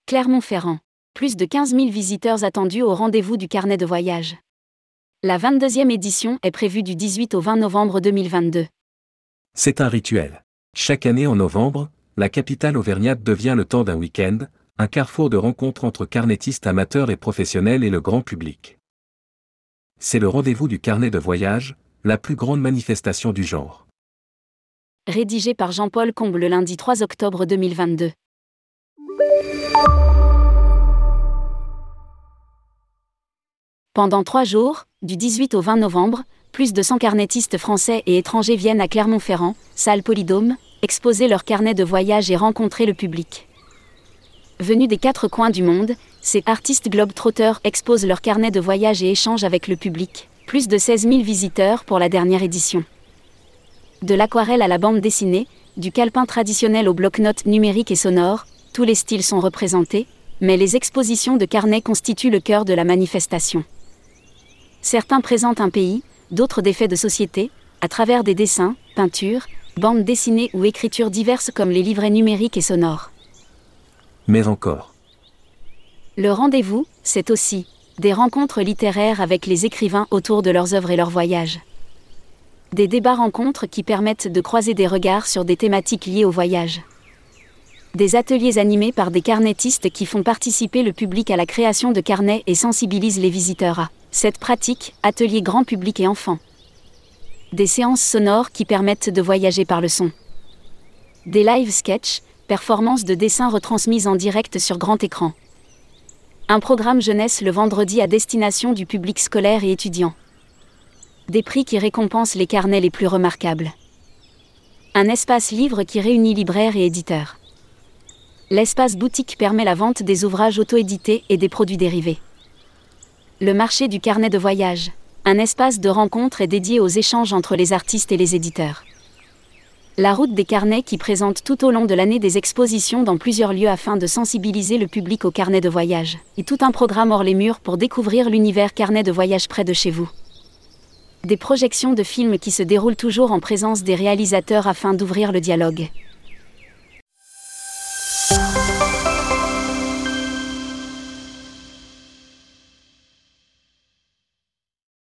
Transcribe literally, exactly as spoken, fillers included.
Clermont-Ferrand. Plus de quinze mille visiteurs attendus au rendez-vous du carnet de voyage. La vingt-deuxième édition est prévue du dix-huit au vingt novembre deux mille vingt-deux. C'est un rituel. Chaque année en novembre, la capitale auvergnate devient le temps d'un week-end, un carrefour de rencontres entre carnettistes amateurs et professionnels et le grand public. C'est le rendez-vous du carnet de voyage, la plus grande manifestation du genre. Rédigé par Jean-Paul Combe le lundi trois octobre deux mille vingt-deux. Pendant trois jours, du dix-huit au vingt novembre, plus de cent carnettistes français et étrangers viennent à Clermont-Ferrand, salle Polydôme, exposer leur carnet de voyage et rencontrer le public. Venus des quatre coins du monde, ces artistes globetrotters exposent leur carnet de voyage et échangent avec le public. Plus de seize mille visiteurs pour la dernière édition. De l'aquarelle à la bande dessinée, du calepin traditionnel au bloc-notes numérique et sonore, tous les styles sont représentés, mais les expositions de carnets constituent le cœur de la manifestation. Certains présentent un pays, d'autres des faits de société, à travers des dessins, peintures, bandes dessinées ou écritures diverses comme les livrets numériques et sonores. Mais encore. Le rendez-vous, c'est aussi des rencontres littéraires avec les écrivains autour de leurs œuvres et leurs voyages. Des débats-rencontres qui permettent de croiser des regards sur des thématiques liées au voyage. Des ateliers animés par des carnettistes qui font participer le public à la création de carnets et sensibilisent les visiteurs à cette pratique, ateliers grand public et enfants. Des séances sonores qui permettent de voyager par le son. Des live sketchs, performances de dessins retransmises en direct sur grand écran. Un programme jeunesse le vendredi à destination du public scolaire et étudiant. Des prix qui récompensent les carnets les plus remarquables. Un espace livre qui réunit libraires et éditeurs. L'espace boutique permet la vente des ouvrages auto-édités et des produits dérivés. Le marché du carnet de voyage. Un espace de rencontre est dédié aux échanges entre les artistes et les éditeurs. La route des carnets qui présente tout au long de l'année des expositions dans plusieurs lieux afin de sensibiliser le public au carnet de voyage. Et tout un programme hors les murs pour découvrir l'univers carnet de voyage près de chez vous. Des projections de films qui se déroulent toujours en présence des réalisateurs afin d'ouvrir le dialogue.